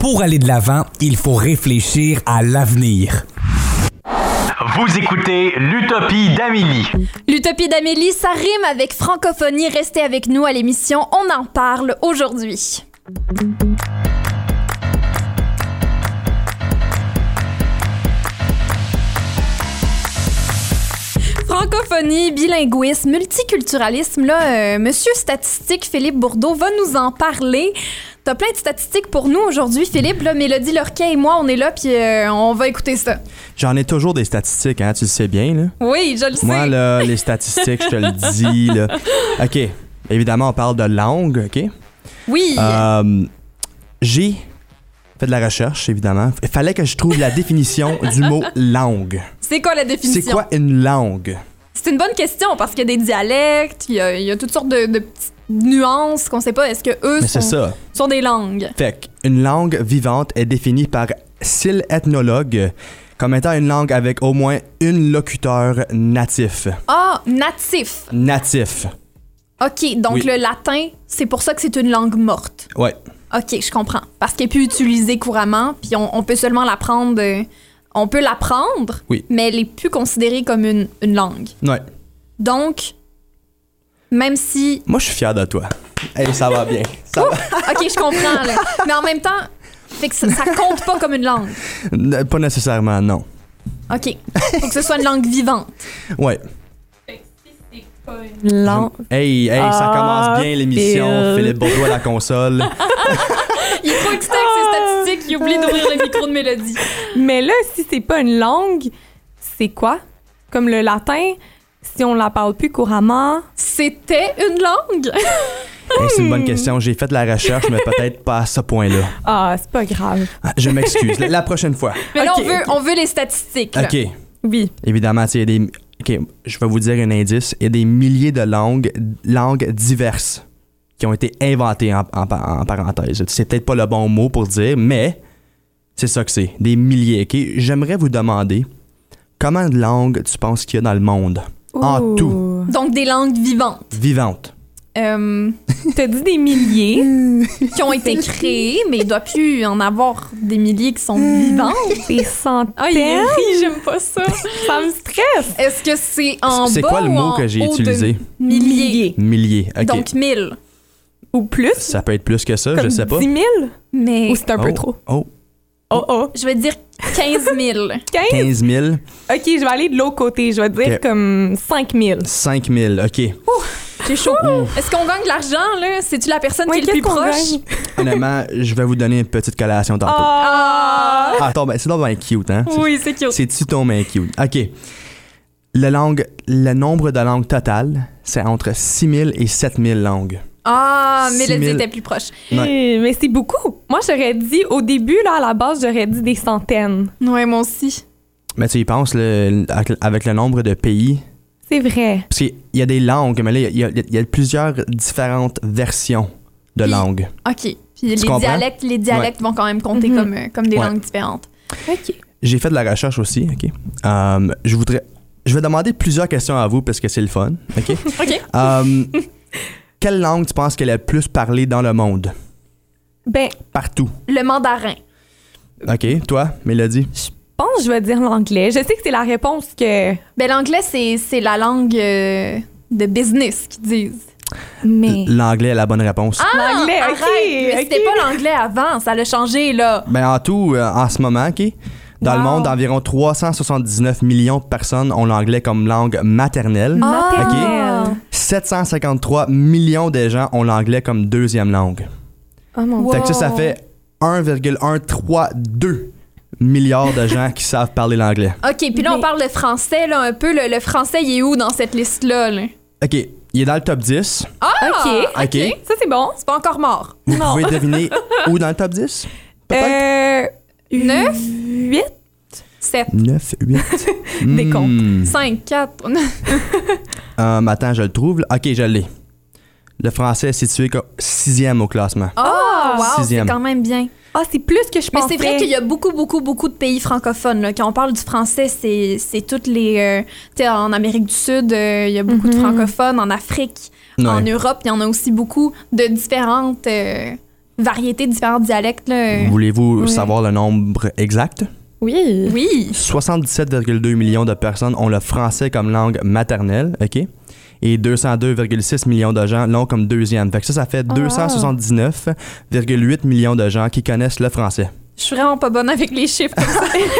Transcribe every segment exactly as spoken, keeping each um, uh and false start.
Pour aller de l'avant, il faut réfléchir à l'avenir. Vous écoutez l'Utopie d'Amélie. L'Utopie d'Amélie, ça rime avec francophonie. Restez avec nous à l'émission On en parle aujourd'hui. Francophonie, bilinguisme, multiculturalisme, là, euh, Monsieur Statistique Philippe Bourdeau va nous en parler. T'as plein de statistiques pour nous aujourd'hui, Philippe. Là, Mélodie Lorquin et moi, on est là, puis euh, on va écouter ça. J'en ai toujours des statistiques, hein, tu le sais bien, là. Oui, je le sais. Moi, là, les statistiques, je te le dis, là. OK, évidemment, on parle de langue, OK? Oui. Euh, j'ai fait de la recherche, évidemment. Il fallait que je trouve la définition du mot langue. C'est quoi la définition? C'est quoi une langue? C'est une bonne question, parce qu'il y a des dialectes, il y a, il y a toutes sortes de, de petites nuances qu'on sait pas. Est-ce que eux Mais c'est sont, ça. sont des langues? Fait qu'une langue vivante est définie par Syl Ethnologue comme étant une langue avec au moins une locuteur natif. Ah, natif. Natif. OK, donc Oui. le latin, c'est pour ça que c'est une langue morte. Ouais. OK, je comprends. Parce qu'elle est plus utilisée couramment, puis on, on peut seulement l'apprendre... euh, on peut l'apprendre, Oui. mais elle est plus considérée comme une, une langue. Ouais. Donc, même si... Moi, je suis fier de toi. Hey, ça va bien. Ça va. OK, je comprends, là. Mais en même temps, fait que ça, ça compte pas comme une langue. N- Pas nécessairement, non. OK. Faut que ce soit une langue vivante. Ouais. Langue. Hey, hey, ça Ah, commence bien l'émission. Phil. Philippe Bourdeau à la console. Il est trop excité avec ses statistiques, il oublie d'ouvrir le micro de Mélodie. Mais là, si c'est pas une langue, c'est quoi? Comme le latin, si on la parle plus couramment. C'était une langue? Hey, c'est une bonne question. J'ai fait de la recherche, mais peut-être pas à ce point-là. Ah, c'est pas grave. Ah, Je m'excuse. La, la prochaine fois. Mais là, Ok, on veut, ok. on veut les statistiques. Là. OK. Oui. Évidemment, tu sais, il y a des... OK, je vais vous dire un indice. Il y a des milliers de langues, langues diverses qui ont été inventées en, en, en parenthèse. C'est peut-être pas le bon mot pour dire, mais c'est ça que c'est. Des milliers, OK? J'aimerais vous demander combien de langues tu penses qu'il y a dans le monde? En Ouh. tout. Donc, des langues vivantes. Vivantes. Euh, T'as dit des milliers. qui ont été créées, mais il doit plus en avoir des milliers qui sont vivantes. Des centaines. Ah, il rit, j'aime pas ça. Ça me stresse. Est-ce que c'est en C'est bas quoi le ou mot en que j'ai haut de utilisé? Milliers. Milliers. OK. Donc, mille. Ou plus. Ça peut être plus que ça, Comme je sais pas. dix mille? Mais Ou c'est un oh. peu trop? Oh, Oh, oh. je vais dire quinze mille. quinze? quinze mille, OK, je vais aller de l'autre côté. Je vais dire Ok. comme cinq mille. cinq mille, OK. J'ai chaud. Est-ce qu'on gagne de l'argent, là? C'est-tu la personne Oui, qui est le plus qu'est-ce qu'on proche? gagne? Honnêtement, je vais vous donner une petite collation tantôt. Ah! Ah, attends, ben, c'est donc bien cute, hein? Oui, c'est cute. C'est-tu ton bien cute? OK. Le, langue, le nombre de langues totales, c'est entre six mille et sept mille langues. Ah, six Mélodie mille. était plus proche. Eh, Mais c'est beaucoup. Moi, j'aurais dit, au début, là, à la base, j'aurais dit des centaines. Ouais, moi aussi. Mais tu y penses, le, avec, avec le nombre de pays, C'est vrai. parce qu'il y a des langues, mais là, il y a, il y a plusieurs différentes versions de Puis- langues. OK. Puis les comprends? dialectes, les dialectes vont quand même compter Mhm. comme, euh, comme des Ouais. langues différentes. OK. J'ai fait de la recherche aussi, OK? Euh, je voudrais... Je vais demander plusieurs questions à vous parce que c'est le fun, OK? OK. Euh, quelle langue tu penses qu'elle est le plus parlée dans le monde? Ben, Partout. Le mandarin. OK, toi, Mélodie? je pense que je vais dire l'anglais. Je sais que c'est la réponse que... Ben, l'anglais, c'est, c'est la langue euh, de business qu'ils disent. Mais... L'anglais est la bonne réponse. L'anglais, arrête! OK, Mais OK. c'était pas l'anglais avant, ça l'a changé, là. Ben, en tout, euh, en ce moment, OK? Dans Wow. le monde, environ trois cent soixante-dix-neuf millions de personnes ont l'anglais comme langue maternelle. Maternelle. sept cent cinquante-trois millions de gens ont l'anglais comme deuxième langue. Oh mon Wow. Dieu. Fait que ça, ça fait un virgule cent trente-deux milliards de gens qui savent parler l'anglais. OK, puis là, on Mais- parle de français, là, un peu. Le, le français, il est où dans cette liste-là, là? OK, il est dans le top dix. Ah! OK. OK. Ça, c'est bon. C'est pas encore mort. Vous Non. pouvez deviner où dans le top dix? Peut-être? Euh... Neuf? huit? sept, neuf, huit. Des comptes. cinq, quatre. Euh, attends, je le trouve. là. OK, je l'ai. Le français est situé co- sixième au classement. Ah, wow, c'est Sixième. quand même bien. Ah, c'est plus que je Mais pensais. c'est vrai qu'il y a beaucoup, beaucoup, beaucoup de pays francophones. Là. Quand on parle du français, c'est, c'est toutes les... euh, tu sais, en Amérique du Sud, euh, il y a beaucoup de Mhm. francophones. En Afrique, Ouais. en Europe, il y en a aussi beaucoup de différentes... euh, variétés, différents dialectes. Là. Voulez-vous Ouais. savoir le nombre exact? Oui. Oui. soixante-dix-sept virgule deux millions de personnes ont le français comme langue maternelle, OK? Et deux cent deux virgule six millions de gens l'ont comme deuxième. Fait que ça, ça fait deux cent soixante-dix-neuf virgule huit millions de gens qui connaissent le français. Je suis vraiment pas bonne avec les chiffres comme ça.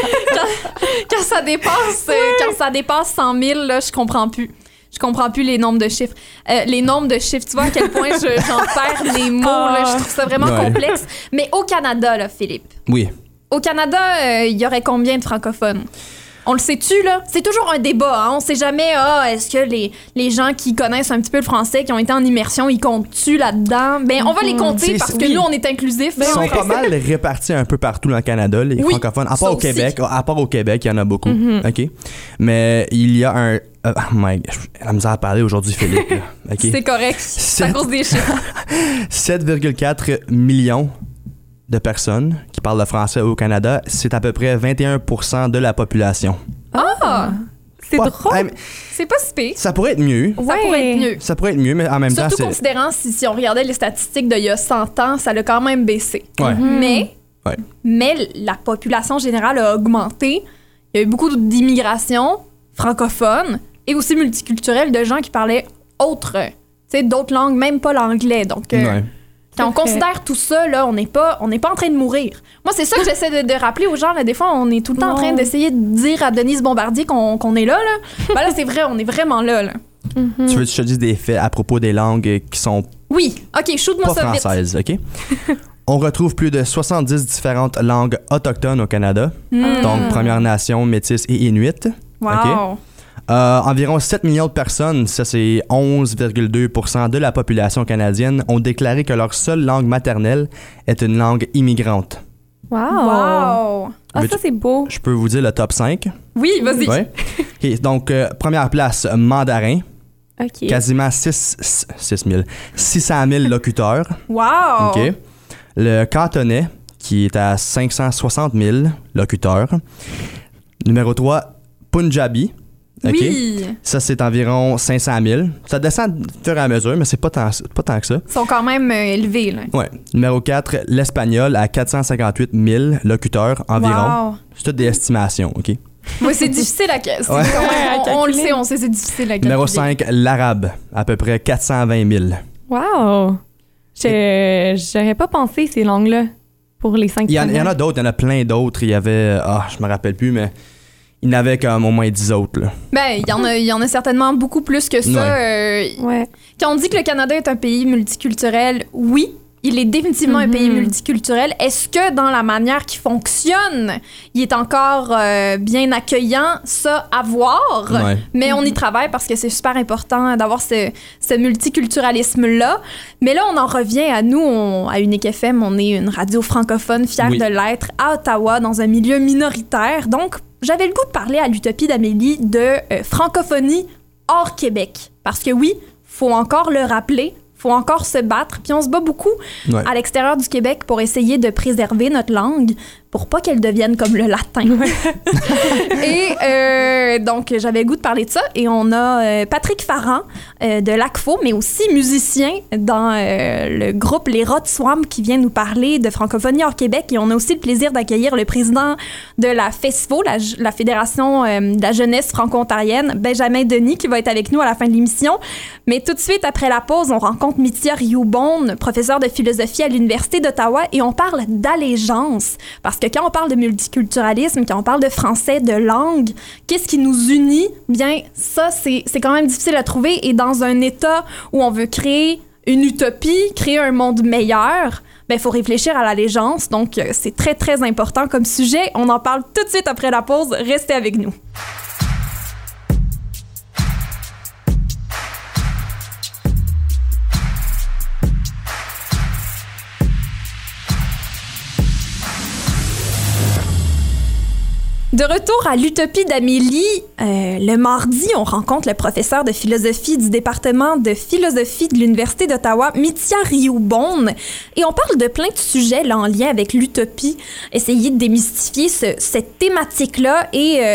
quand, quand ça dépasse, euh, quand ça dépasse cent mille, là, je comprends plus. Je comprends plus les nombres de chiffres. Euh, les nombres de chiffres, tu vois à quel point je- j'en perds les mots. Là, je trouve ça vraiment Ouais. complexe. Mais au Canada, là, Philippe, Oui. au Canada, euh, il y aurait combien de francophones? On le sait-tu, là? C'est toujours un débat, hein? On sait jamais, ah, est-ce que les, les gens qui connaissent un petit peu le français, qui ont été en immersion, ils comptent-tu là-dedans? Ben, on va les compter C'est- parce que oui. nous, on est inclusifs. Ils sont pas mal répartis un peu partout dans le Canada, les Oui, francophones. À ça part au aussi. Québec. À part au Québec, il y en a beaucoup. OK? Mais il y a un... Euh, oh my God, j'ai la misère à parler aujourd'hui, Philippe. là. OK? C'est correct. C'est à Sept- cause des chiffres. sept virgule quatre millions de personnes qui parlent le français au Canada. C'est à peu près vingt et un pour cent de la population. Ah! C'est Pas- drôle. Hey, mais C'est pas si pire. ça pourrait être mieux. Ça pourrait être mieux. Ça pourrait être mieux, mais en même Surtout temps, c'est... considérant si, si on regardait les statistiques d'il y a cent ans, ça l'a quand même baissé. Ouais. Mais, Ouais. mais la population générale a augmenté. Il y a eu beaucoup d'immigration francophone et aussi multiculturelle de gens qui parlaient autres, tu sais, d'autres langues, même pas l'anglais. Donc, euh, Ouais. quand on Parfait. considère tout ça, là, on n'est pas, on n'est pas en train de mourir. Moi, c'est ça que j'essaie de, de rappeler aux gens. Là. Des fois, on est tout le temps en train Non. d'essayer de dire à Denise Bombardier qu'on qu'on est là. là. Ben là, c'est vrai, on est vraiment là. là. Mhm. Tu veux que je te dise des faits à propos des langues qui sont Oui, OK, shoot-moi pas ça vite. françaises, OK? On retrouve plus de soixante-dix différentes langues autochtones au Canada. Hmm. Donc, Première Nation, Métis et Inuit. Wow. OK. Euh, environ sept millions de personnes, ça c'est onze virgule deux pour cent de la population canadienne, ont déclaré que leur seule langue maternelle est une langue immigrante. Wow. Wow. Ah, Veux-tu- ça, c'est beau. Je peux vous dire le top cinq. Oui, vas-y. Ouais. OK, donc, euh, première place, mandarin. OK. Quasiment six mille. six cent mille locuteurs. Wow. OK. Le cantonais, qui est à cinq cent soixante mille locuteurs. Numéro trois, Punjabi. OK. Oui. Ça, c'est environ cinq cent mille. Ça descend au fur et à mesure, mais c'est pas tant, pas tant que ça. Ils sont quand même euh, élevés. Là. Ouais. Numéro quatre, l'espagnol à quatre cent cinquante-huit mille locuteurs environ. Wow. C'est toutes des estimations, OK? Moi, c'est difficile à calculer. Ouais. On, on le sait, on sait, c'est difficile à calculer. Numéro cinq, l'arabe, à peu près quatre cent vingt mille. Wow. Je- J'aurais pas pensé ces langues-là pour les cinq Il y, en, il y en a premières. d'autres, il y en a plein d'autres. Il y avait, ah, je me rappelle plus, mais il y en avait comme au moins dix autres, là. Ben, il y, en a- il y en a certainement beaucoup plus que ça. Euh, Ouais. quand on dit que le Canada est un pays multiculturel, oui, il est définitivement un Mhm. pays multiculturel. Est-ce que dans la manière qu'il fonctionne, il est encore euh, bien accueillant? Ça, à voir. Ouais. Mais on y travaille parce que c'est super important d'avoir ce, ce multiculturalisme-là. Mais là, on en revient à nous, on- à Unique F M, on est une radio francophone fière Oui. de l'être à Ottawa, dans un milieu minoritaire. Donc, j'avais le goût de parler à l'Utopie d'Amélie de euh, francophonie hors Québec. Parce que oui, faut encore le rappeler, faut encore se battre, puis on se bat beaucoup Ouais. à l'extérieur du Québec pour essayer de préserver notre langue, pour pas qu'elle devienne comme le latin. Et euh, donc, j'avais le goût de parler de ça. Et on a euh, Patrick Farran euh, de l'A C F O, mais aussi musicien dans euh, le groupe Les Rod Swamp qui vient nous parler de francophonie hors Québec. Et on a aussi le plaisir d'accueillir le président de la FESFO, la, la Fédération euh, de la jeunesse franco-ontarienne, Benjamin Denis, qui va être avec nous à la fin de l'émission. Mais tout de suite, après la pause, on rencontre Mithia Rioubon, professeure de philosophie à l'Université d'Ottawa, et on parle d'allégeance. Parce que quand on parle de multiculturalisme, quand on parle de français, de langue, qu'est-ce qui nous unit? Bien, ça, c'est c'est quand même difficile à trouver. Et dans un État où on veut créer une utopie, créer un monde meilleur, ben, il faut réfléchir à l'allégeance. Donc, euh, c'est très, très important comme sujet. On en parle tout de suite après la pause. Restez avec nous. De retour à l'Utopie d'Amélie, euh, le mardi, on rencontre le professeur de philosophie du département de philosophie de l'Université d'Ottawa, Mithia Rioubon, et on parle de plein de sujets là, en lien avec l'utopie, essayer de démystifier ce- cette thématique-là et euh,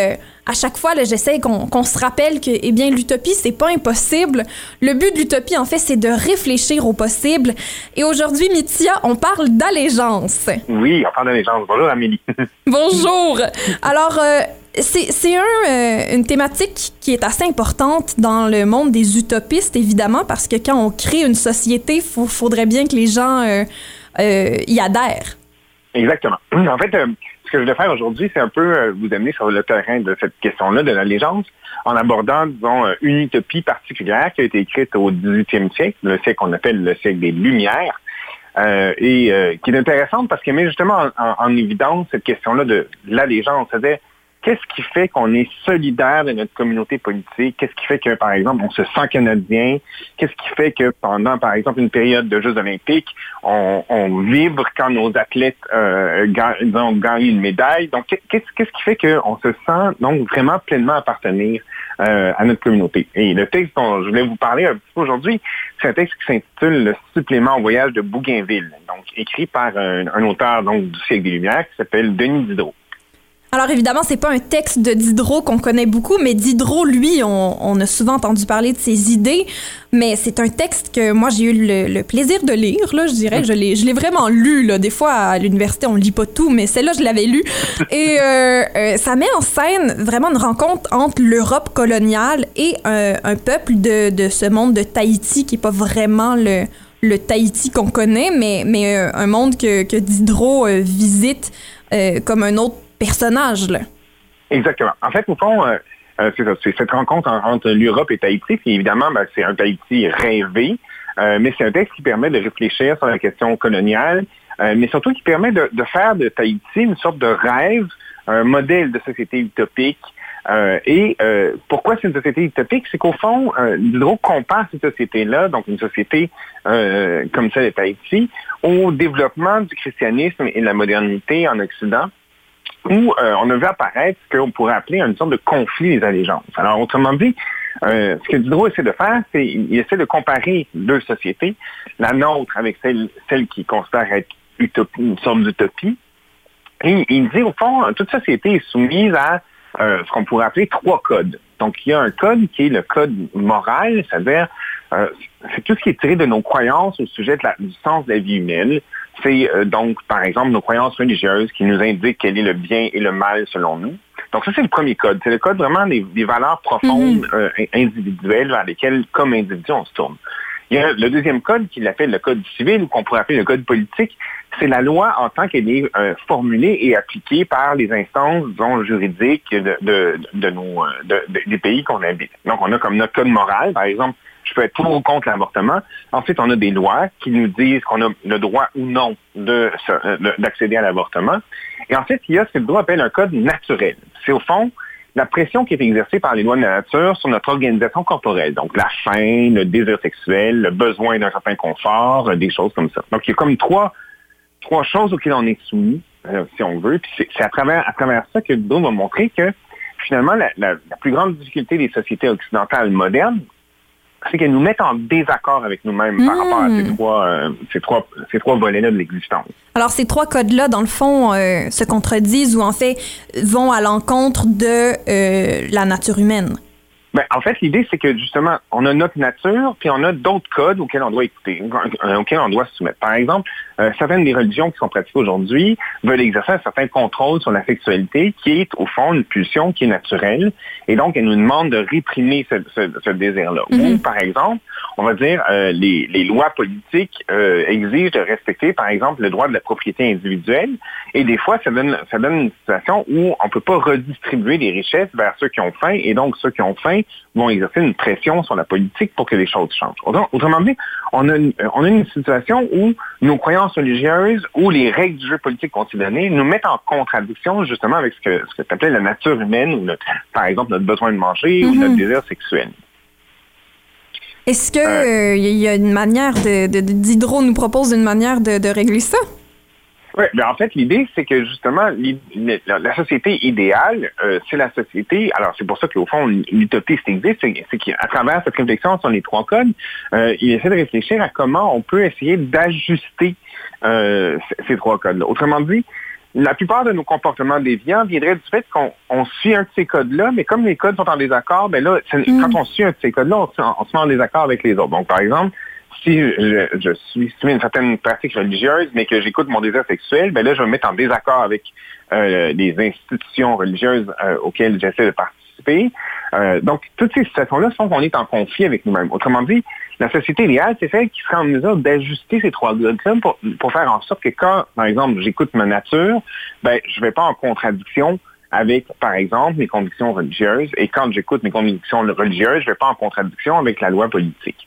à chaque fois, là, j'essaie qu'on, qu'on se rappelle que, eh bien, l'utopie, c'est pas impossible. Le but de l'utopie, en fait, c'est de réfléchir au possible. Et aujourd'hui, Mithia, on parle d'allégeance. Oui, on parle d'allégeance. Bonjour, Amélie. Bonjour. Alors, euh, c'est, c'est un, euh, une thématique qui est assez importante dans le monde des utopistes, évidemment, parce que quand on crée une société, il faudrait bien que les gens euh, euh, y adhèrent. Exactement. En fait, euh, ce que je vais faire aujourd'hui, c'est un peu euh, vous amener sur le terrain de cette question-là, de l'allégeance, en abordant, disons, euh, une utopie particulière qui a été écrite au dix-huitième siècle, le siècle qu'on appelle le siècle des Lumières, euh, et euh, qui est intéressante parce qu'elle met justement en, en, en évidence cette question-là de l'allégeance, c'est-à-dire qu'est-ce qui fait qu'on est solidaire de notre communauté politique? Qu'est-ce qui fait que, par exemple, on se sent canadien? Qu'est-ce qui fait que pendant, par exemple, une période de Jeux olympiques, on, on vibre quand nos athlètes euh, gagnent, ont gagné une médaille? Donc, qu'est-ce, qu'est-ce qui fait qu'on se sent donc vraiment pleinement appartenir euh, à notre communauté? Et le texte dont je voulais vous parler un petit peu aujourd'hui, c'est un texte qui s'intitule « Le supplément au voyage de Bougainville », donc écrit par un, un auteur donc, du siècle des Lumières qui s'appelle Denis Diderot. Alors évidemment, c'est pas un texte de Diderot qu'on connaît beaucoup, mais Diderot, lui, on, on a souvent entendu parler de ses idées, mais c'est un texte que moi j'ai eu le, le plaisir de lire, là, je dirais, je l'ai, je l'ai vraiment lu, là. Des fois à l'université on lit pas tout, mais celle-là je l'avais lu, et euh, euh, ça met en scène vraiment une rencontre entre l'Europe coloniale et un, un peuple de, de ce monde de Tahiti qui est pas vraiment le le Tahiti qu'on connaît, mais mais euh, un monde que, que Diderot euh, visite euh, comme un autre personnage, là. Exactement. En fait, au fond, euh, euh, c'est ça, c'est cette rencontre en, entre l'Europe et Tahiti, puis évidemment, ben, c'est un Tahiti rêvé, euh, mais c'est un texte qui permet de réfléchir sur la question coloniale, euh, mais surtout qui permet de, de faire de Tahiti une sorte de rêve, un modèle de société utopique. Euh, et euh, pourquoi c'est une société utopique? C'est qu'au fond, euh, Diderot compare cette société-là, donc une société euh, comme celle de Tahiti, au développement du christianisme et de la modernité en Occident, où euh, on a vu apparaître ce qu'on pourrait appeler une sorte de conflit des allégeances. Alors, autrement dit, euh, ce que Diderot essaie de faire, c'est il essaie de comparer deux sociétés, la nôtre avec celle, celle qu'il considère être utopie, une sorte d'utopie, et il dit, au fond, toute société est soumise à euh, ce qu'on pourrait appeler trois codes. Donc, il y a un code qui est le code moral, c'est-à-dire euh, c'est tout ce qui est tiré de nos croyances au sujet de la, du sens de la vie humaine. C'est euh, donc, par exemple, nos croyances religieuses qui nous indiquent quel est le bien et le mal selon nous. Donc ça, c'est le premier code. C'est le code vraiment des, des valeurs profondes mm-hmm. euh, individuelles vers lesquelles, comme individu, on se tourne. Il y a le deuxième code qu'il appelle le code civil, ou qu'on pourrait appeler le code politique. C'est la loi en tant qu'elle est euh, formulée et appliquée par les instances, disons, juridiques de, de, de nos, de, de, des pays qu'on habite. Donc, on a comme notre code moral, par exemple, je peux être pour ou contre l'avortement. Ensuite, on a des lois qui nous disent qu'on a le droit ou non de, de, d'accéder à l'avortement. Et ensuite, il y a ce que le droit appelle un code naturel. C'est au fond la pression qui est exercée par les lois de la nature sur notre organisation corporelle. Donc, la faim, le désir sexuel, le besoin d'un certain confort, des choses comme ça. Donc, il y a comme trois, trois choses auxquelles on est soumis, euh, si on veut. Puis c'est, c'est à travers, à travers ça que Diderot va montrer que, finalement, la, la, la plus grande difficulté des sociétés occidentales modernes, c'est qu'elles nous mettent en désaccord avec nous-mêmes mmh. par rapport à ces trois, euh, ces trois, ces trois volets-là de l'existence. Alors, ces trois codes-là, dans le fond, euh, se contredisent ou, en fait, vont à l'encontre de euh, la nature humaine. Ben, en fait, l'idée, c'est que, justement, on a notre nature, puis on a d'autres codes auxquels on doit écouter, auxquels on doit se soumettre. Par exemple, euh, certaines des religions qui sont pratiquées aujourd'hui veulent exercer un certain contrôle sur la sexualité, qui est, au fond, une pulsion qui est naturelle, et donc, elles nous demandent de réprimer ce, ce, ce désir-là. Mm-hmm. Ou, par exemple, on va dire, euh, les, les lois politiques euh, exigent de respecter, par exemple, le droit de la propriété individuelle, et des fois, ça donne, ça donne une situation où on ne peut pas redistribuer les richesses vers ceux qui ont faim, et donc, ceux qui ont faim vont exercer une pression sur la politique pour que les choses changent. Autrement dit, on a une, on a une situation où nos croyances religieuses ou les règles du jeu politique qu'on s'est données nous mettent en contradiction justement avec ce que, ce que tu appelais la nature humaine ou notre, par exemple notre besoin de manger mm-hmm. ou notre désir sexuel. Est-ce qu'il euh, euh, y a une manière de, de, de Diderot nous propose une manière de, de régler ça? Oui, mais en fait, l'idée, c'est que justement, la, la société idéale, euh, c'est la société. Alors, c'est pour ça qu'au fond, l'utopiste existe, c'est, c'est qu'à travers cette réflexion sur les trois codes, euh, il essaie de réfléchir à comment on peut essayer d'ajuster euh, ces trois codes-là. Autrement dit, la plupart de nos comportements déviants viendraient du fait qu'on on suit un de ces codes-là, mais comme les codes sont en désaccord, ben là, mm. quand on suit un de ces codes-là, on, on se met en désaccord avec les autres. Donc, par exemple, si je, je suis soumis à une certaine pratique religieuse, mais que j'écoute mon désir sexuel, ben là, je vais me mettre en désaccord avec euh, les institutions religieuses euh, auxquelles j'essaie de participer. Euh, donc, toutes ces situations-là font qu'on est en conflit avec nous-mêmes. Autrement dit, la société idéale, c'est celle qui sera en mesure d'ajuster ces trois codes-là pour, pour faire en sorte que quand, par exemple, j'écoute ma nature, ben, je ne vais pas en contradiction avec, par exemple, mes convictions religieuses. Et quand j'écoute mes convictions religieuses, je ne vais pas en contradiction avec la loi politique.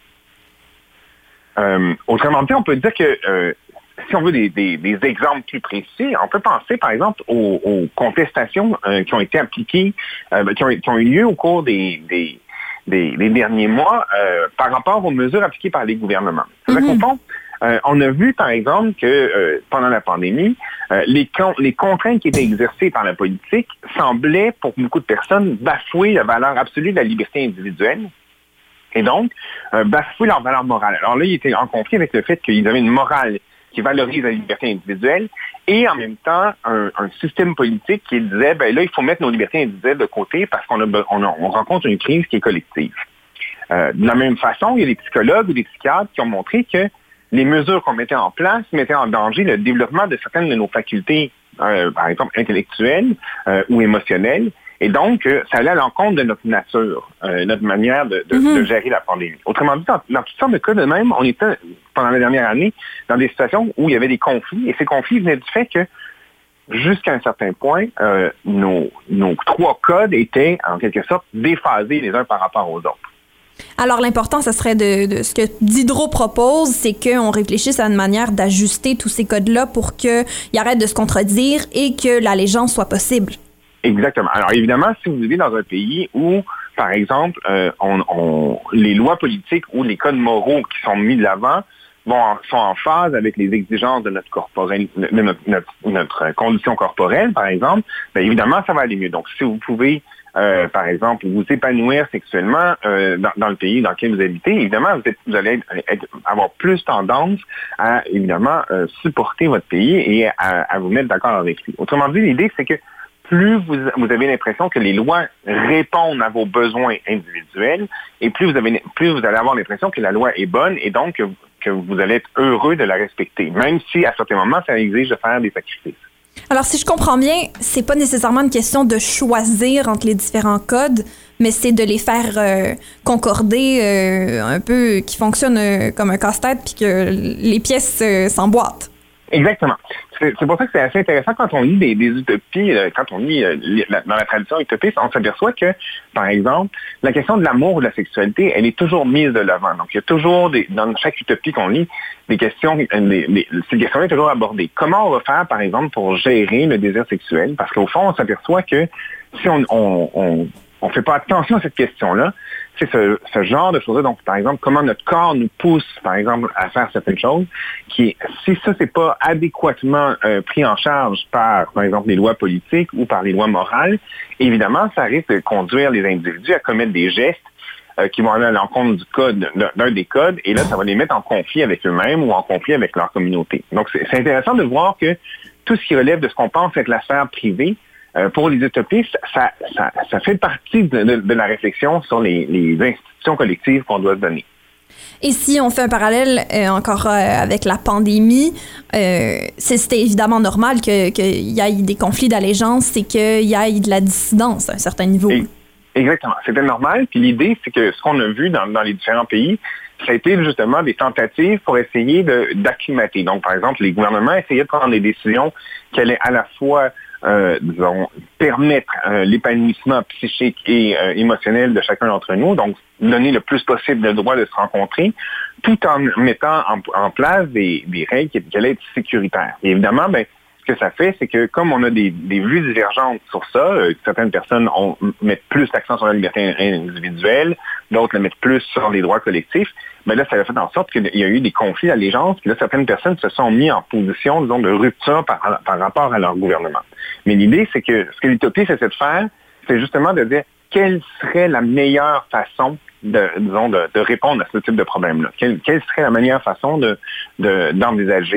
Euh, autrement dit, on peut dire que euh, si on veut des, des, des exemples plus précis, on peut penser, par exemple, aux, aux contestations euh, qui ont été appliquées, euh, qui, ont, qui ont eu lieu au cours des, des, des, des derniers mois euh, par rapport aux mesures appliquées par les gouvernements. C'est-à-dire qu'au fond, euh, on a vu, par exemple, que euh, pendant la pandémie, euh, les, con- les contraintes qui étaient exercées par la politique semblaient, pour beaucoup de personnes, bafouer la valeur absolue de la liberté individuelle. Et donc, euh, bafouer leur valeur morale. Alors là, ils étaient en conflit avec le fait qu'ils avaient une morale qui valorise la liberté individuelle et en même temps, un, un système politique qui disait, ben là, il faut mettre nos libertés individuelles de côté parce qu'on a, on, a, on rencontre une crise qui est collective. Euh, de la même façon, il y a des psychologues ou des psychiatres qui ont montré que les mesures qu'on mettait en place mettaient en danger le développement de certaines de nos facultés, euh, par exemple intellectuelles euh, ou émotionnelles. Et donc, euh, ça allait à l'encontre de notre nature, euh, notre manière de, de, mm-hmm. de gérer la pandémie. Autrement dit, dans, dans toutes sortes de cas de même, on était, pendant la dernière année, dans des situations où il y avait des conflits. Et ces conflits venaient du fait que, jusqu'à un certain point, euh, nos, nos trois codes étaient, en quelque sorte, déphasés les uns par rapport aux autres. Alors, l'important, ce serait de, de ce que Diderot propose, c'est qu'on réfléchisse à une manière d'ajuster tous ces codes-là pour qu'ils arrêtent de se contredire et que l'allégeance soit possible. Exactement. Alors évidemment, si vous vivez dans un pays où, par exemple, euh, on, on, les lois politiques ou les codes moraux qui sont mis de l'avant vont en, sont en phase avec les exigences de notre corporel, de notre, notre, notre condition corporelle, par exemple, bien évidemment, ça va aller mieux. Donc, si vous pouvez, euh, par exemple, vous épanouir sexuellement euh, dans, dans le pays dans lequel vous habitez, évidemment, vous, êtes, vous allez être, être, avoir plus tendance à, évidemment, euh, supporter votre pays et à, à vous mettre d'accord avec lui. Autrement dit, l'idée, c'est que plus vous, vous avez l'impression que les lois répondent à vos besoins individuels, et plus vous, avez, plus vous allez avoir l'impression que la loi est bonne, et donc que, que vous allez être heureux de la respecter, même si à certains moments, ça exige de faire des sacrifices. Alors, si je comprends bien, c'est pas nécessairement une question de choisir entre les différents codes, mais c'est de les faire euh, concorder euh, un peu, qui fonctionnent euh, comme un casse-tête, puis que les pièces euh, s'emboîtent. Exactement. C'est, c'est pour ça que c'est assez intéressant quand on lit des, des utopies, euh, quand on lit euh, la, dans la tradition utopiste, on s'aperçoit que, par exemple, la question de l'amour ou de la sexualité, elle est toujours mise de l'avant. Donc, il y a toujours, des, dans chaque utopie qu'on lit, des questions, des, des, ces questions-là sont toujours abordées. Comment on va faire, par exemple, pour gérer le désir sexuel? Parce qu'au fond, on s'aperçoit que si on on, on, on fait pas attention à cette question-là, c'est ce, ce genre de choses-là. Donc, par exemple, comment notre corps nous pousse, par exemple, à faire certaines choses, qui, si ça, c'est pas adéquatement euh, pris en charge par, par exemple, les lois politiques ou par les lois morales, évidemment, ça risque de conduire les individus à commettre des gestes euh, qui vont aller à l'encontre du code, d'un des codes, et là, ça va les mettre en conflit avec eux-mêmes ou en conflit avec leur communauté. Donc, c'est, c'est intéressant de voir que tout ce qui relève de ce qu'on pense être la sphère privée, Euh, pour les utopistes, ça, ça, ça fait partie de, de, de la réflexion sur les, les institutions collectives qu'on doit se donner. Et si on fait un parallèle euh, encore euh, avec la pandémie, euh, c'est, c'était évidemment normal que, qu'il y ait des conflits d'allégeance et qu'il y ait de la dissidence à un certain niveau. Et, exactement. C'était normal. Puis l'idée, c'est que ce qu'on a vu dans, dans les différents pays, ça a été justement des tentatives pour essayer de, d'acclimater. Donc, par exemple, les gouvernements essayaient de prendre des décisions qui allaient à la fois Euh, disons, permettre euh, l'épanouissement psychique et euh, émotionnel de chacun d'entre nous, donc donner le plus possible le droit de se rencontrer, tout en mettant en, en place des, des règles qui, qui allaient être sécuritaires. Et évidemment, ben, ce que ça fait, c'est que comme on a des, des vues divergentes sur ça, euh, certaines personnes ont, mettent plus l'accent sur la liberté individuelle, d'autres le mettent plus sur les droits collectifs, mais là, ça a fait en sorte qu'il y a eu des conflits d'allégeance, puis là, certaines personnes se sont mis en position, disons, de rupture par, par rapport à leur gouvernement. Mais l'idée, c'est que ce que l'utopie essaie de faire, c'est justement de dire quelle serait la meilleure façon de, disons, de, de répondre à ce type de problème-là. Quelle, quelle serait la meilleure façon de, de, d'envisager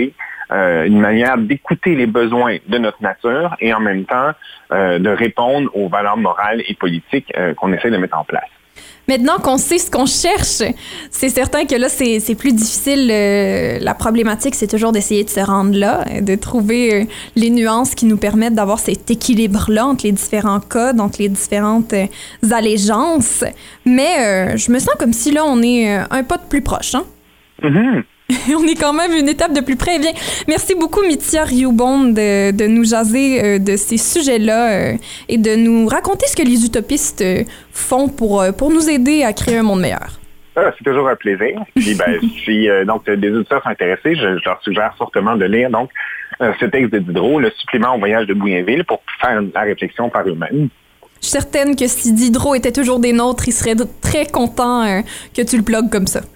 euh, une manière d'écouter les besoins de notre nature et en même temps euh, de répondre aux valeurs morales et politiques euh, qu'on essaie de mettre en place. Maintenant qu'on sait ce qu'on cherche, c'est certain que là, c'est, c'est plus difficile. Euh, la problématique, c'est toujours d'essayer de se rendre là, de trouver euh, les nuances qui nous permettent d'avoir cet équilibre-là entre les différents codes, entre les différentes euh, allégeances. Mais euh, je me sens comme si là, on est euh, un pas de plus proche, hein? Mm-hmm. On est quand même une étape de plus près. Eh bien, merci beaucoup, Mithya Riobon, de, de nous jaser euh, de ces sujets-là euh, et de nous raconter ce que les utopistes euh, font pour, euh, pour nous aider à créer un monde meilleur. Ah, c'est toujours un plaisir. Puis, ben, si euh, donc des auditeurs sont intéressés, je, je leur suggère fortement de lire donc euh, ce texte de Diderot, le supplément au voyage de Bougainville, pour faire la réflexion par eux-mêmes. Je suis certaine que si Diderot était toujours des nôtres, il serait très content euh, que tu le plugues comme ça.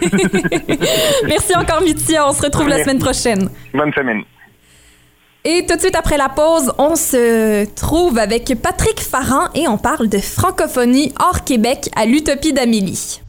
Merci encore, Mithya. On se retrouve la semaine prochaine. Bonne semaine. Et tout de suite après la pause, on se trouve avec Patrick Farran et on parle de francophonie hors Québec à l'Utopie d'Amélie.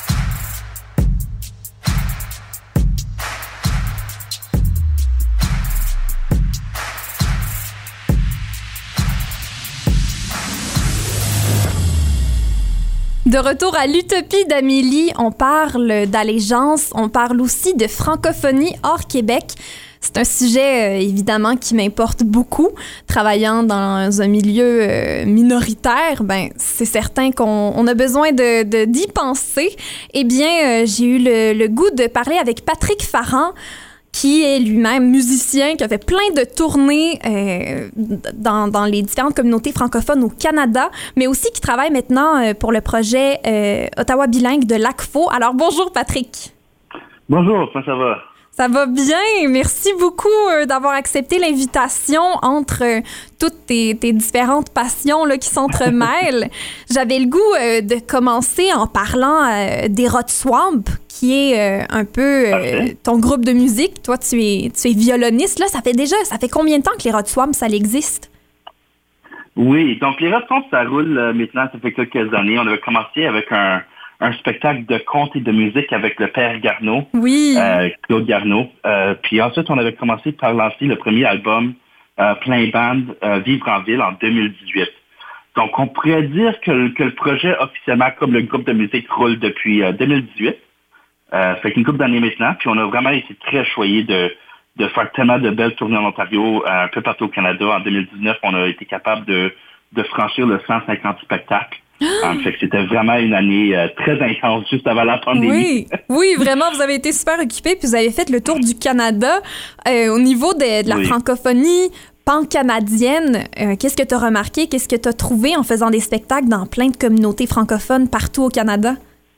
De retour à l'Utopie d'Amélie, on parle d'allégeance, on parle aussi de francophonie hors Québec. C'est un sujet, euh, évidemment, qui m'importe beaucoup. Travaillant dans un milieu euh, minoritaire, ben, c'est certain qu'on on a besoin de, de, d'y penser. Eh bien, euh, j'ai eu le, le goût de parler avec Patrick Farran, qui est lui-même musicien, qui a fait plein de tournées euh, dans, dans les différentes communautés francophones au Canada, mais aussi qui travaille maintenant euh, pour le projet euh, Ottawa bilingue de l'A C F O. Alors, bonjour Patrick. Bonjour, comment ça va? Ça va bien. Merci beaucoup euh, d'avoir accepté l'invitation entre euh, toutes tes, tes différentes passions là, qui s'entremêlent. J'avais le goût euh, de commencer en parlant euh, des Rot Swamp, qui est euh, un peu euh, ton groupe de musique. Toi, tu es, tu es violoniste. Là, ça fait déjà, ça fait combien de temps que les Rot Swamp, ça existe? Oui, donc les Rot Swamp, ça roule euh, maintenant, ça fait quelques années. On avait commencé avec un, un spectacle de contes et de musique avec le père Garneau, oui. euh, Claude Garneau. Euh, puis ensuite, on avait commencé par lancer le premier album euh, plein band, euh, Vivre en ville, en deux mille dix-huit. Donc, on pourrait dire que, que le projet officiellement, comme le groupe de musique, roule depuis euh, deux mille dix-huit. Euh, ça fait qu'une couple d'années maintenant, puis on a vraiment été très choyés de, de faire tellement de belles tournées en Ontario, euh, un peu partout au Canada. En deux mille dix-neuf, on a été capable de, de franchir le cent cinquante spectacles. Ah! Euh, fait que c'était vraiment une année euh, très intense juste avant la pandémie. Oui, oui, vraiment, vous avez été super occupés, puis vous avez fait le tour du Canada. Euh, au niveau de, de la oui. francophonie pan-canadienne, euh, qu'est-ce que tu as remarqué, qu'est-ce que tu as trouvé en faisant des spectacles dans plein de communautés francophones partout au Canada?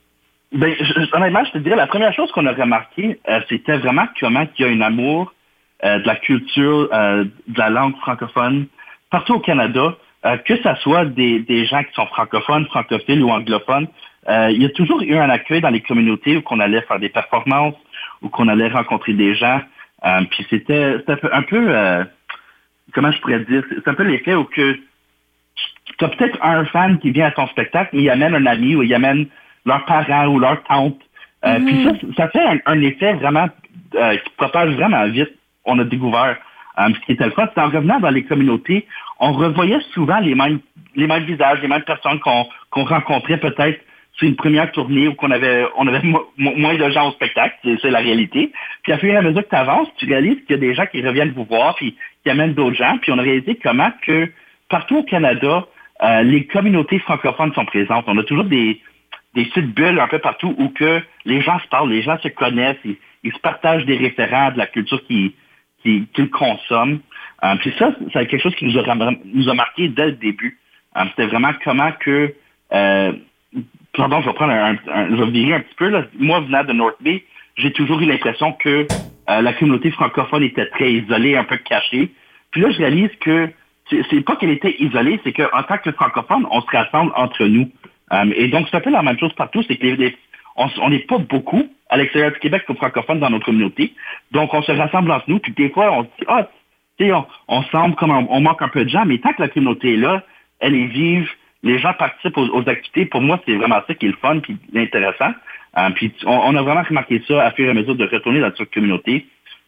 Ben, je, honnêtement, je te dirais, la première chose qu'on a remarqué, euh, c'était vraiment comment il y a un amour euh, de la culture, euh, de la langue francophone partout au Canada. Euh, que ça soit des, des gens qui sont francophones, francophiles ou anglophones, euh, il y a toujours eu un accueil dans les communautés où qu'on allait faire des performances, où qu'on allait rencontrer des gens. Euh, puis c'était, c'était un peu, euh, comment je pourrais dire, c'est un peu l'effet où que tu as peut-être un fan qui vient à ton spectacle, mais il amène un ami ou il amène leurs parents ou leur tante. Euh, mm-hmm. Puis ça, ça fait un, un effet vraiment euh, qui propage vraiment vite. On a découvert. Euh, ce qui était le fun, c'est en revenant dans les communautés, on revoyait souvent les mêmes les mêmes visages, les mêmes personnes qu'on qu'on rencontrait peut-être sur une première tournée où qu'on avait on avait mo- mo- moins de gens au spectacle, c'est, c'est la réalité. Puis à fur et à mesure que tu avances, tu réalises qu'il y a des gens qui reviennent vous voir, puis qui amènent d'autres gens. Puis on a réalisé comment que partout au Canada, euh, les communautés francophones sont présentes. On a toujours des des petites bulles un peu partout où que les gens se parlent, les gens se connaissent, ils, ils se partagent des référents de la culture qui qui, qui le consomment. Euh, puis ça, c'est quelque chose qui nous a, nous a marqué dès le début. Euh, c'était vraiment comment que... Euh, pardon, je vais prendre un, un... Je vais virer un petit peu. Là. Moi, venant de North Bay, j'ai toujours eu l'impression que euh, la communauté francophone était très isolée, un peu cachée. Puis là, je réalise que c'est, c'est pas qu'elle était isolée, c'est qu'en tant que francophone, on se rassemble entre nous. Euh, et donc, c'est un peu la même chose partout, c'est que les, les, on n'est pas beaucoup à l'extérieur du Québec comme francophones dans notre communauté. Donc, on se rassemble entre nous. Puis des fois, on se dit, ah, tu sais, on, on semble comme on, on manque un peu de gens, mais tant que la communauté est là, elle est vive, les gens participent aux, aux activités. Pour moi, c'est vraiment ça qui est le fun puis l'intéressant. Euh, puis on, on a vraiment remarqué ça à fur et à mesure de retourner dans notre communauté,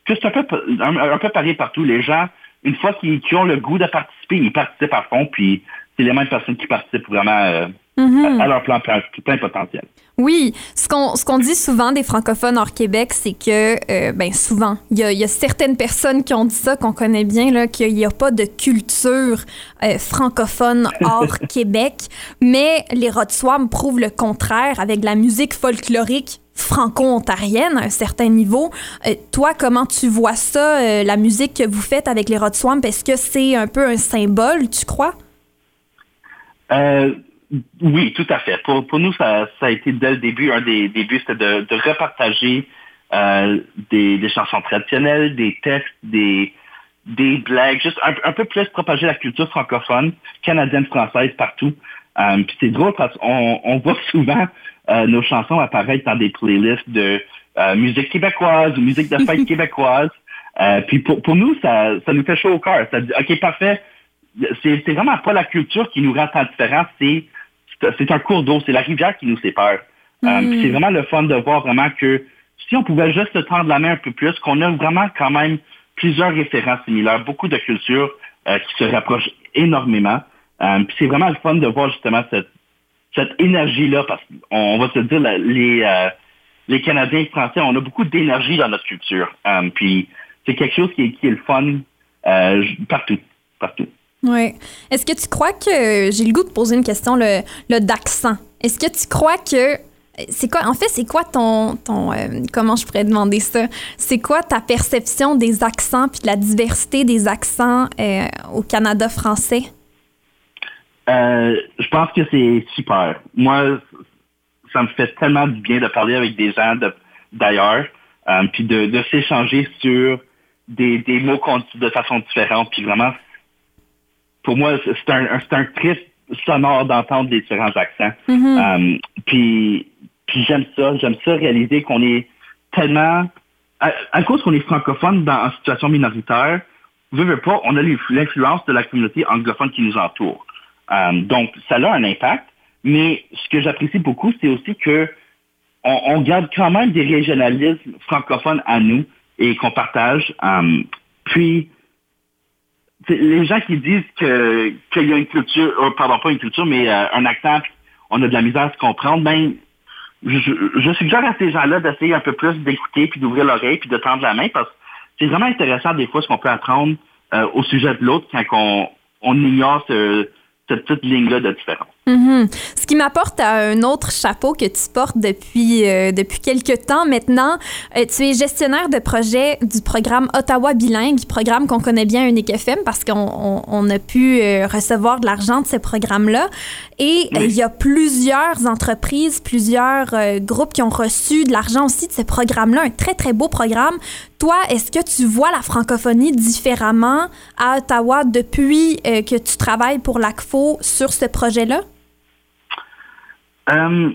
que c'est un peu, un, un peu pareil partout. Les gens, une fois qu'ils, qu'ils ont le goût de participer, ils participent à fond, puis c'est les mêmes personnes qui participent vraiment euh, mm-hmm. à, à leur plan plein, plein potentiel. Oui, ce qu'on ce qu'on dit souvent des francophones hors Québec, c'est que, euh, ben souvent, il y a, y a certaines personnes qui ont dit ça, qu'on connaît bien, là, qu'il n'y a pas de culture euh, francophone hors Québec, mais les Rotswam prouvent le contraire avec de la musique folklorique franco-ontarienne à un certain niveau. Euh, toi, comment tu vois ça, euh, la musique que vous faites avec les Rotswam? Est-ce que c'est un peu un symbole, tu crois? Euh... Oui, tout à fait. Pour, pour nous, ça, ça a été dès le début, un des débuts, c'était de, de repartager euh, des, des chansons traditionnelles, des textes, des, des blagues, juste un, un peu plus propager la culture francophone, canadienne, française, partout. Euh, puis c'est drôle parce qu'on on voit souvent euh, nos chansons apparaître dans des playlists de euh, musique québécoise ou musique de fête québécoise. Euh, puis pour, pour nous, ça, ça nous fait chaud au cœur. Ça dit, OK, parfait. C'est, c'est vraiment pas la culture qui nous rend tant différents, c'est c'est un cours d'eau, c'est la rivière qui nous sépare. Mm. Euh, c'est vraiment le fun de voir vraiment que si on pouvait juste se tendre la main un peu plus, qu'on a vraiment quand même plusieurs références similaires, beaucoup de cultures euh, qui se rapprochent énormément. Euh, puis c'est vraiment le fun de voir justement cette, cette énergie-là, parce qu'on va se dire, la, les, euh, les Canadiens et Français, on a beaucoup d'énergie dans notre culture. Euh, puis c'est quelque chose qui est, qui est le fun euh, partout, partout. Oui. Est-ce que tu crois que... J'ai le goût de poser une question, le, le d'accent. Est-ce que tu crois que... C'est quoi, en fait, c'est quoi ton... ton euh, comment je pourrais demander ça? C'est quoi ta perception des accents puis de la diversité des accents euh, au Canada français? Euh, je pense que c'est super. Moi, ça me fait tellement du bien de parler avec des gens de, d'ailleurs, euh, puis de, de s'échanger sur des, des mots qu'on dit de façon différente, puis vraiment... Pour moi, c'est un, c'est un trip sonore d'entendre les différents accents. Mm-hmm. Um, puis, puis j'aime ça. J'aime ça réaliser qu'on est tellement... À, à cause qu'on est francophone dans, en situation minoritaire, veux, veux pas, on a l'influence de la communauté anglophone qui nous entoure. Um, donc, ça a un impact. Mais ce que j'apprécie beaucoup, c'est aussi que on, on garde quand même des régionalismes francophones à nous et qu'on partage. Um, puis... Les gens qui disent que qu'il y a une culture, oh, pardon, pas une culture, mais euh, un accent, on a de la misère à se comprendre, ben, je, je suggère à ces gens-là d'essayer un peu plus d'écouter, puis d'ouvrir l'oreille, puis de tendre la main, parce que c'est vraiment intéressant des fois ce qu'on peut apprendre euh, au sujet de l'autre quand on, on ignore ce, cette petite ligne-là de différence. Mm-hmm. Ce qui m'apporte à un autre chapeau que tu portes depuis, euh, depuis quelques temps maintenant. Euh, tu es gestionnaire de projet du programme Ottawa Bilingue, programme qu'on connaît bien à Unique F M parce qu'on on, on a pu euh, recevoir de l'argent de ce programme-là. Et il oui. euh, y a plusieurs entreprises, plusieurs euh, groupes qui ont reçu de l'argent aussi de ce programme-là. Un très, très beau programme. Toi, est-ce que tu vois la francophonie différemment à Ottawa depuis euh, que tu travailles pour l'A C F O sur ce projet-là? Euh,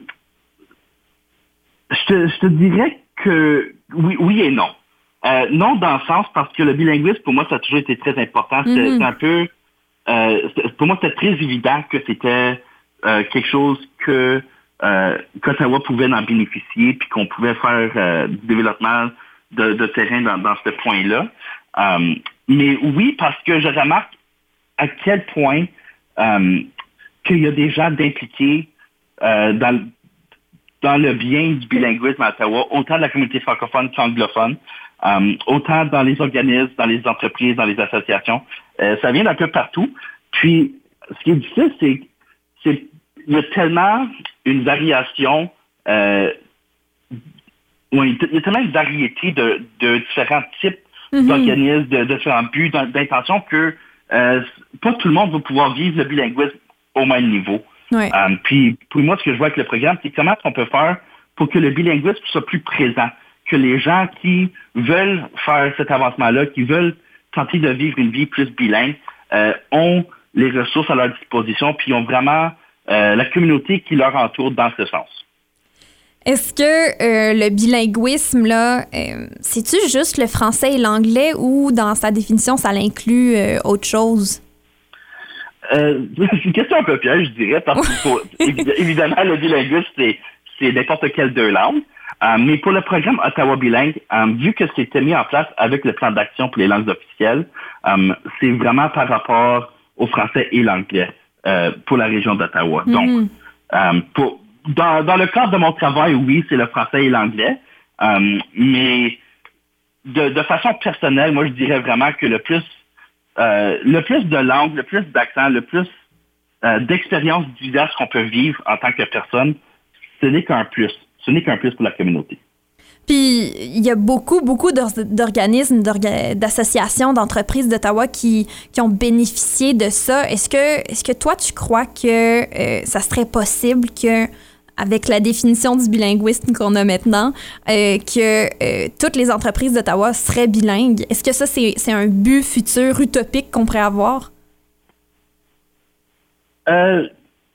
je, te, je te dirais que oui, oui et non. Euh, non dans le sens parce que le bilinguisme, pour moi, ça a toujours été très important. C'est mm-hmm. un peu... Euh, pour moi, c'était très évident que c'était euh, quelque chose que euh, qu'Ottawa pouvait en bénéficier puis qu'on pouvait faire euh, du développement de, de terrain dans, dans ce point-là. Euh, mais oui, parce que je remarque à quel point euh, qu'il y a des gens d'impliqués Euh, dans, dans le bien du bilinguisme à Ottawa, autant de la communauté francophone qu'anglophone, euh, autant dans les organismes, dans les entreprises, dans les associations. Euh, ça vient d'un peu partout. Puis, ce qui est difficile, c'est c'est il y a tellement une variation, euh, oui, il y a tellement une variété de, de différents types mm-hmm. d'organismes, de, de différents buts, d'intentions que euh, pas tout le monde va pouvoir vivre le bilinguisme au même niveau. Ouais. Um, puis, pour moi, ce que je vois avec le programme, c'est comment on peut faire pour que le bilinguisme soit plus présent, que les gens qui veulent faire cet avancement-là, qui veulent tenter de vivre une vie plus bilingue, euh, ont les ressources à leur disposition, puis ont vraiment euh, la communauté qui leur entoure dans ce sens. Est-ce que euh, le bilinguisme, là, euh, c'est-tu juste le français et l'anglais ou dans sa définition, ça l'inclut euh, autre chose? Euh, c'est une question un peu piège, je dirais, parce que pour, évidemment, le bilinguisme, c'est, c'est n'importe quelle deux langues. Euh, mais pour le programme Ottawa bilingue, euh, vu que c'était mis en place avec le plan d'action pour les langues officielles, euh, c'est vraiment par rapport au français et l'anglais euh, pour la région d'Ottawa. Mm-hmm. Donc, euh, pour, dans, dans le cadre de mon travail, oui, c'est le français et l'anglais, euh, mais de, de façon personnelle, moi, je dirais vraiment que le plus, euh, le plus de langues, le plus d'accents, le plus euh, d'expériences diverses qu'on peut vivre en tant que personne, ce n'est qu'un plus. Ce n'est qu'un plus pour la communauté. Puis, il y a beaucoup, beaucoup d'organismes, d'associations, d'entreprises d'Ottawa qui, qui ont bénéficié de ça. Est-ce que, est-ce que toi, tu crois que euh, ça serait possible que, avec la définition du bilinguisme qu'on a maintenant, euh, que euh, toutes les entreprises d'Ottawa seraient bilingues? Est-ce que ça, c'est, c'est un but futur utopique qu'on pourrait avoir? Euh,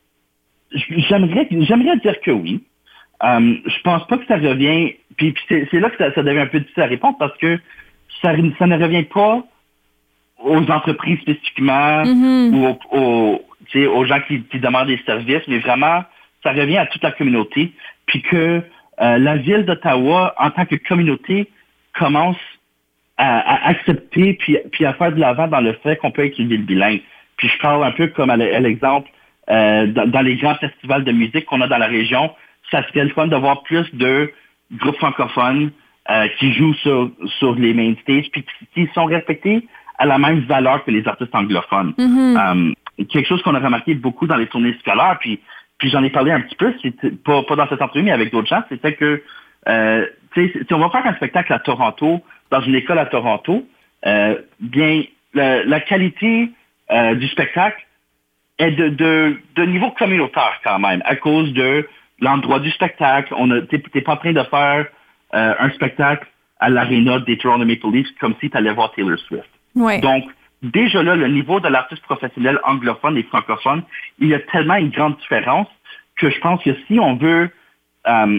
j'aimerais, j'aimerais dire que oui. Um, je pense pas que ça revient, puis, puis c'est, c'est là que ça, ça devient un peu difficile à répondre parce que ça, ça ne revient pas aux entreprises spécifiquement mm-hmm. ou aux, aux, aux gens qui, qui demandent des services, mais vraiment, ça revient à toute la communauté, puis que euh, la ville d'Ottawa, en tant que communauté, commence à, à accepter puis, puis à faire de l'avant dans le fait qu'on peut étudier le bilingue. Puis je parle un peu comme à l'exemple euh, dans, dans les grands festivals de musique qu'on a dans la région. Ça serait le fun de voir plus de groupes francophones euh, qui jouent sur, sur les main stages puis qui sont respectés à la même valeur que les artistes anglophones. Mm-hmm. Euh, quelque chose qu'on a remarqué beaucoup dans les tournées scolaires, puis, puis j'en ai parlé un petit peu, c'était pas, pas dans cette entrevue, mais avec d'autres gens, c'était que euh, si on va faire un spectacle à Toronto, dans une école à Toronto, euh, bien, la, la qualité euh, du spectacle est de, de, de niveau communautaire quand même, à cause de l'endroit du spectacle. On a, t'es, t'es pas en train de faire euh, un spectacle à l'aréna des Toronto Maple Leafs comme si tu allais voir Taylor Swift. Ouais. Donc, déjà là, le niveau de l'artiste professionnel anglophone et francophone, il y a tellement une grande différence que je pense que si on veut, euh,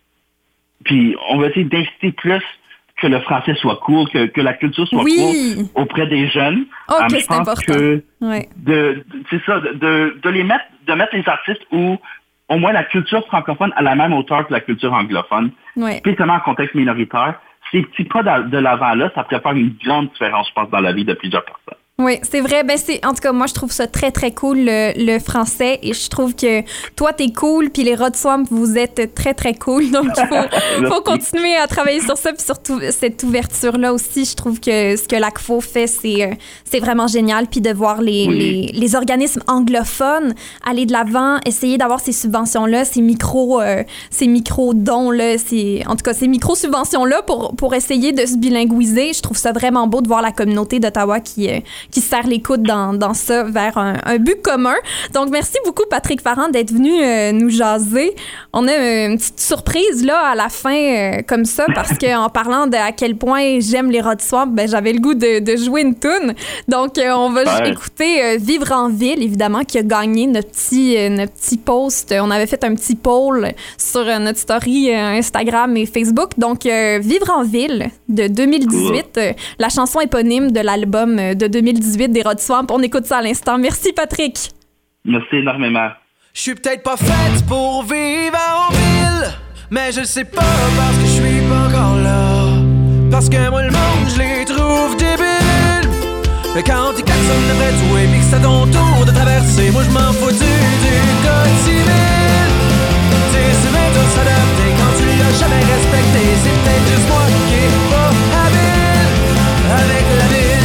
puis on va essayer d'inciter plus que le français soit cool, que, que la culture soit oui. cool auprès des jeunes. Oh, euh, que je pense important. que ouais. de, de, c'est ça, de, de, de les mettre, de mettre les artistes où au moins la culture francophone à la même hauteur que la culture anglophone, ouais. spécialement en contexte minoritaire, ces petits pas de, de l'avant-là, ça pourrait faire une grande différence, je pense, dans la vie de plusieurs personnes. Oui, c'est vrai. Ben c'est, en tout cas, moi, je trouve ça très, très cool, le, le français. Et je trouve que toi, t'es cool, puis les Rod Swamp, vous êtes très, très cool. Donc, il faut, faut continuer à travailler sur ça, puis surtout cette ouverture-là aussi. Je trouve que ce que l'A C F O fait, c'est, c'est vraiment génial. Puis de voir les, oui. les, les organismes anglophones aller de l'avant, essayer d'avoir ces subventions-là, ces micro, euh, ces micro-dons-là, ces, en tout cas, ces micro-subventions-là pour, pour essayer de se bilinguiser. Je trouve ça vraiment beau de voir la communauté d'Ottawa qui... Euh, qui se serre les coudes dans, dans ça vers un, un but commun. Donc, merci beaucoup, Patrick Farrand, d'être venu euh, nous jaser. On a une petite surprise là à la fin, euh, comme ça, parce qu'en parlant de à quel point j'aime les Rod Swamp, ben, j'avais le goût de, de jouer une toune. Donc, euh, on va ouais. écouter euh, Vivre en ville, évidemment, qui a gagné notre petit, euh, notre petit post. On avait fait un petit poll sur euh, notre story euh, Instagram et Facebook. Donc, euh, Vivre en ville de deux mille dix-huit, euh, la chanson éponyme de l'album euh, de deux mille dix-huit des Rod Swamp. On écoute ça à l'instant. Merci, Patrick. Merci énormément. Je suis peut-être pas faite pour vivre en ville, mais je le sais pas parce que je suis pas encore là. Parce que moi, le monde, je les trouve débiles. Quand t'es klaxonnes devrait jouer pis que c'est à ton tour de traverser, moi, je m'en fous du, du code civil. T'sais, c'est bien dur s'adapter quand tu l'as jamais respecté. C'est peut-être juste moi qui est pas habile avec la ville.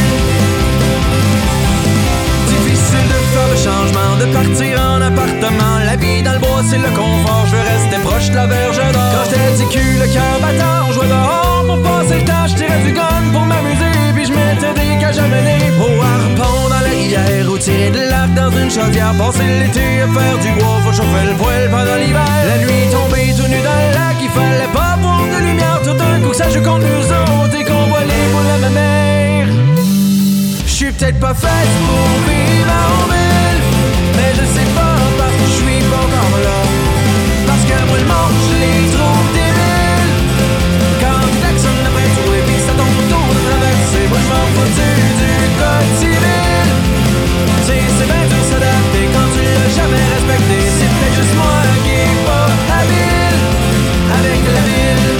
Difficile de faire le changement, de partir en appartement. La vie dans le bois, c'est le confort. Je veux rester proche de la verge d'or. Quand j'étais petit cul, le cœur battant, on jouait dehors pour passer le temps. Je tirais du gun pour m'amuser, puis je mettais des cages à mener. Au harpon dans la rivière, ou tirer de l'arc dans une chaudière. Passer l'été à faire du bois, faut chauffer le poêle pendant l'hiver. La nuit tombée tout nu dans le lac, il fallait pas voir de lumière. Tout d'un coup, ça joue contre nous autres et qu'on voit les boules à ma mère. Je suis peut-être pas faite pour vivre en ville, mais je sais pas parce que je suis pas encore là. Parce que moi le monde, je les trouve débiles. Quand tu klaxonnes après tout et puis ça tombe autour de traverser, moi je m'en fous du, du code civil. C'est, c'est bien dur s'adapter quand tu l'as jamais respecté. C'est peut-être juste moi qui est pas habile avec la ville.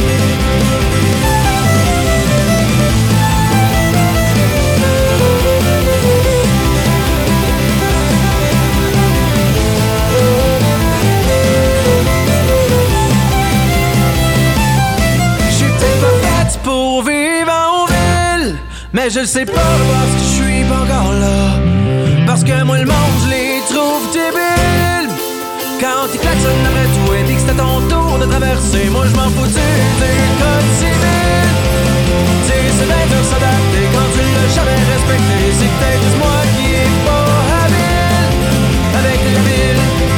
Mais je sais pas parce que je suis pas encore là. Parce que moi le monde je les trouve débiles. Quand ils klaxonnent après tout et dit que c'était ton tour de traverser, moi je m'en fous du code civil. T'sais, c'est bien dur s'adapter quand tu l'as jamais respecté. C'est peut-être juste moi qui est pas habile avec la ville.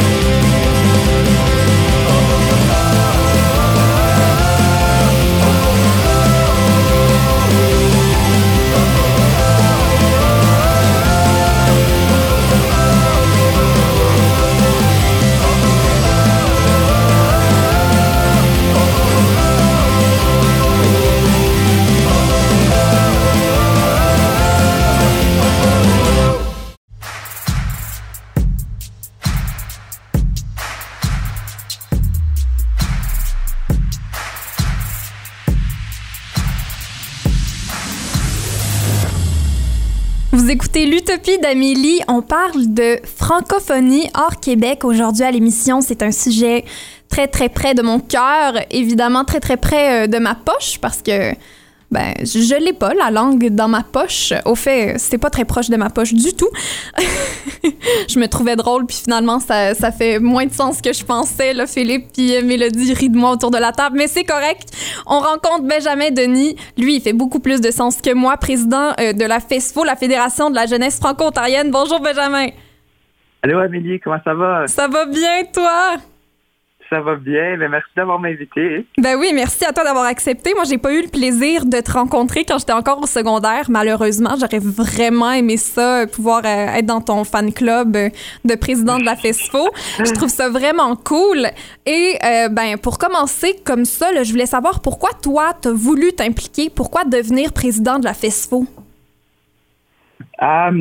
Vous écoutez l'Utopie d'Amélie. On parle de francophonie hors Québec aujourd'hui à l'émission. C'est un sujet très, très près de mon cœur, évidemment très, très près de ma poche parce que ben, je, je l'ai pas, la langue dans ma poche. Au fait, c'était pas très proche de ma poche du tout. Je me trouvais drôle, puis finalement, ça, ça fait moins de sens que je pensais. Là, Philippe puis Mélodie rient de moi autour de la table, mais c'est correct. On rencontre Benjamin Denis. Lui, il fait beaucoup plus de sens que moi, président euh, de la FESFO, la Fédération de la jeunesse franco-ontarienne. Bonjour, Benjamin. Allô, Amélie, comment ça va? Ça va bien, toi? Ça va bien, mais merci d'avoir m'invité. Ben oui, merci à toi d'avoir accepté. Moi, j'ai pas eu le plaisir de te rencontrer quand j'étais encore au secondaire, malheureusement. J'aurais vraiment aimé ça, pouvoir euh, être dans ton fan club euh, de président de la FESFO. Je trouve ça vraiment cool. Et euh, ben pour commencer comme ça, là, je voulais savoir pourquoi toi, t'as voulu t'impliquer, pourquoi devenir président de la FESFO? Um,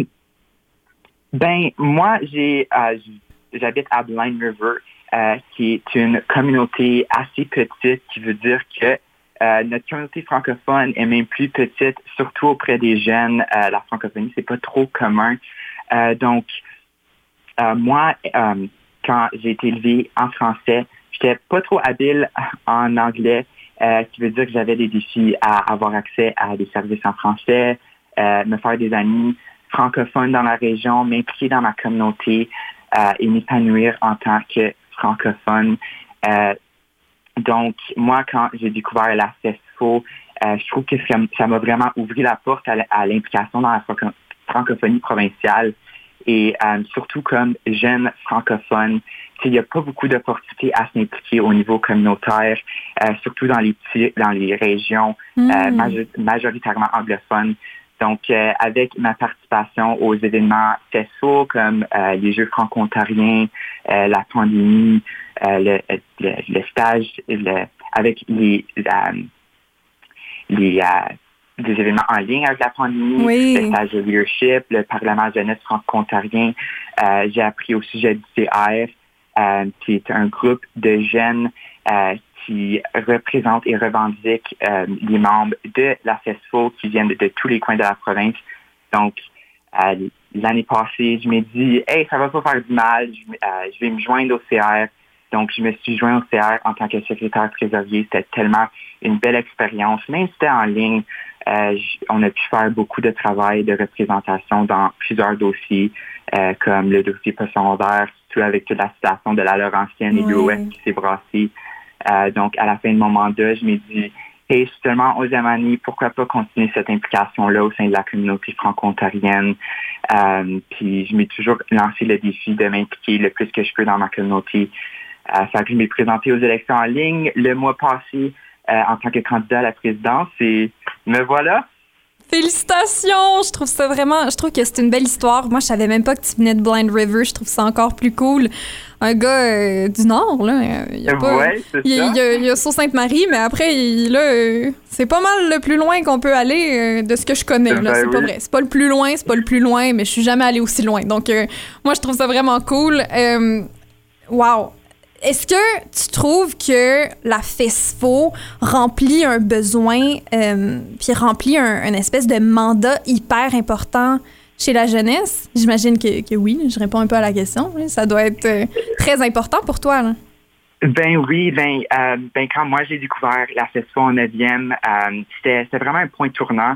ben, moi, j'ai euh, j'habite à Blind River. Euh, qui est une communauté assez petite, qui veut dire que euh, notre communauté francophone est même plus petite, surtout auprès des jeunes. Euh, la francophonie, c'est pas trop commun. Euh, donc, euh, moi, euh, quand j'ai été élevé en français, j'étais pas trop habile en anglais, euh, qui veut dire que j'avais des défis à avoir accès à des services en français, euh, me faire des amis francophones dans la région, m'impliquer dans ma communauté euh, et m'épanouir en tant que francophone. Euh, donc, moi, quand j'ai découvert la FESFO, euh, je trouve que ça, ça m'a vraiment ouvert la porte à, à l'implication dans la franco- francophonie provinciale. Et euh, surtout comme jeune francophone, il n'y a pas beaucoup d'opportunités à s'impliquer au niveau communautaire, euh, surtout dans les petits, dans les régions mmh. euh, major- majoritairement anglophones. Donc, euh, avec ma participation aux événements FESFO comme euh, les Jeux franco-ontariens, euh, la pandémie, euh, le, le, le stage, le, avec les, la, les, euh, des événements en ligne avec la pandémie, oui. le stage de leadership, le Parlement jeunesse franco-ontarien, euh, j'ai appris au sujet du C A F, euh, qui est un groupe de jeunes euh, qui représente et revendique euh, les membres de la FESFO qui viennent de, de tous les coins de la province. Donc, euh, l'année passée, je m'ai dit, « Hey, ça va pas faire du mal, je, euh, je vais me joindre au C R ». Donc, je me suis joint au C R en tant que secrétaire trésorier. C'était tellement une belle expérience. Même si c'était en ligne, euh, j- on a pu faire beaucoup de travail de représentation dans plusieurs dossiers, euh, comme le dossier post-secondaire, surtout avec toute la situation de la Laurentienne et de l'Ouest qui s'est brassée. Euh, donc, à la fin de mon mandat, je m'ai dit, hey, je suis tellement onzième année, pourquoi pas continuer cette implication-là au sein de la communauté franco-ontarienne. Euh, puis, je m'ai toujours lancé le défi de m'impliquer le plus que je peux dans ma communauté. Euh, fait que je m'ai présenté aux élections en ligne le mois passé euh, en tant que candidat à la présidence et me voilà. Félicitations! Je trouve ça vraiment... Je trouve que c'est une belle histoire. Moi, je savais même pas que tu venais de Blind River. Je trouve ça encore plus cool. Un gars euh, du Nord, là. Il y a pas... Ouais, c'est il, ça. Il y a, il y a Sault-Sainte-Marie, mais après, il, là, euh, c'est pas mal le plus loin qu'on peut aller euh, de ce que je connais. Là. Ben c'est oui. pas vrai. C'est pas le plus loin, c'est pas le plus loin, mais je suis jamais allée aussi loin. Donc, euh, moi, je trouve ça vraiment cool. Euh, wow! Est-ce que tu trouves que la FESFO remplit un besoin, euh, puis remplit un, un espèce de mandat hyper important chez la jeunesse? J'imagine que, que oui. Je réponds un peu à la question. Oui. Ça doit être euh, très important pour toi, là. Ben oui, ben, euh, ben quand moi j'ai découvert la FESFO en neuvième, euh, c'était, c'était vraiment un point tournant.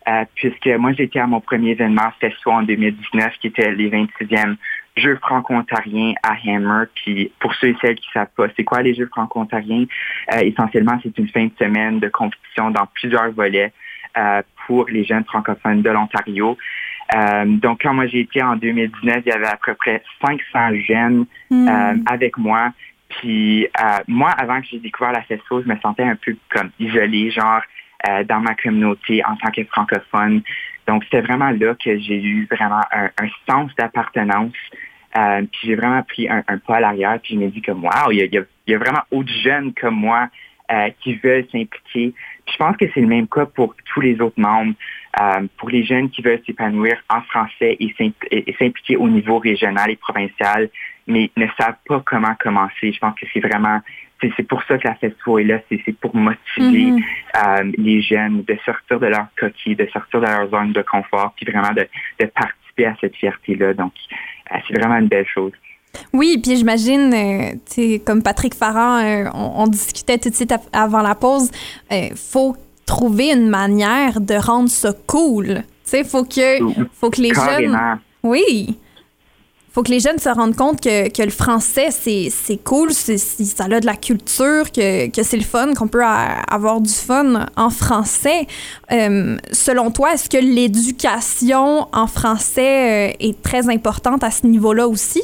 euh, puisque moi, j'étais à mon premier événement Festo en deux mille dix-neuf, qui était les vingt-sixièmes Jeux franco-ontariens à Hammer. Puis pour ceux et celles qui ne savent pas, c'est quoi les Jeux franco-ontariens? Euh, essentiellement, c'est une fin de semaine de compétition dans plusieurs volets euh, pour les jeunes francophones de l'Ontario. Euh, donc, quand moi j'ai été en deux mille dix-neuf, il y avait à peu près cinq cents jeunes mm. euh, avec moi. Puis euh, moi, avant que j'ai découvert la Festo, je me sentais un peu comme isolée, genre euh, dans ma communauté en tant que francophone. Donc, c'était vraiment là que j'ai eu vraiment un, un sens d'appartenance. Euh, puis j'ai vraiment pris un, un pas à l'arrière, puis je me dis comme wow, il y a, il y a, il y a vraiment autres jeunes comme moi euh, qui veulent s'impliquer. Puis je pense que c'est le même cas pour tous les autres membres, euh, pour les jeunes qui veulent s'épanouir en français et, et, et s'impliquer au niveau régional et provincial, mais ne savent pas comment commencer. Je pense que c'est vraiment, c'est, c'est pour ça que la Festo est là, c'est, c'est pour motiver mm-hmm. euh, les jeunes de sortir de leur coquille, de sortir de leur zone de confort, puis vraiment de, de participer à cette fierté-là. Donc, euh, c'est vraiment une belle chose. Oui, puis j'imagine, euh, tu sais, comme Patrick Farran, euh, on, on discutait tout de suite avant la pause, il euh, faut trouver une manière de rendre ça cool. Tu sais, faut que, faut que les Carrément. jeunes... Oui, faut que les jeunes se rendent compte que, que le français, c'est, c'est cool, c'est, c'est, ça a de la culture, que, que c'est le fun, qu'on peut a, avoir du fun en français. Euh, selon toi, est-ce que l'éducation en français euh, est très importante à ce niveau-là aussi?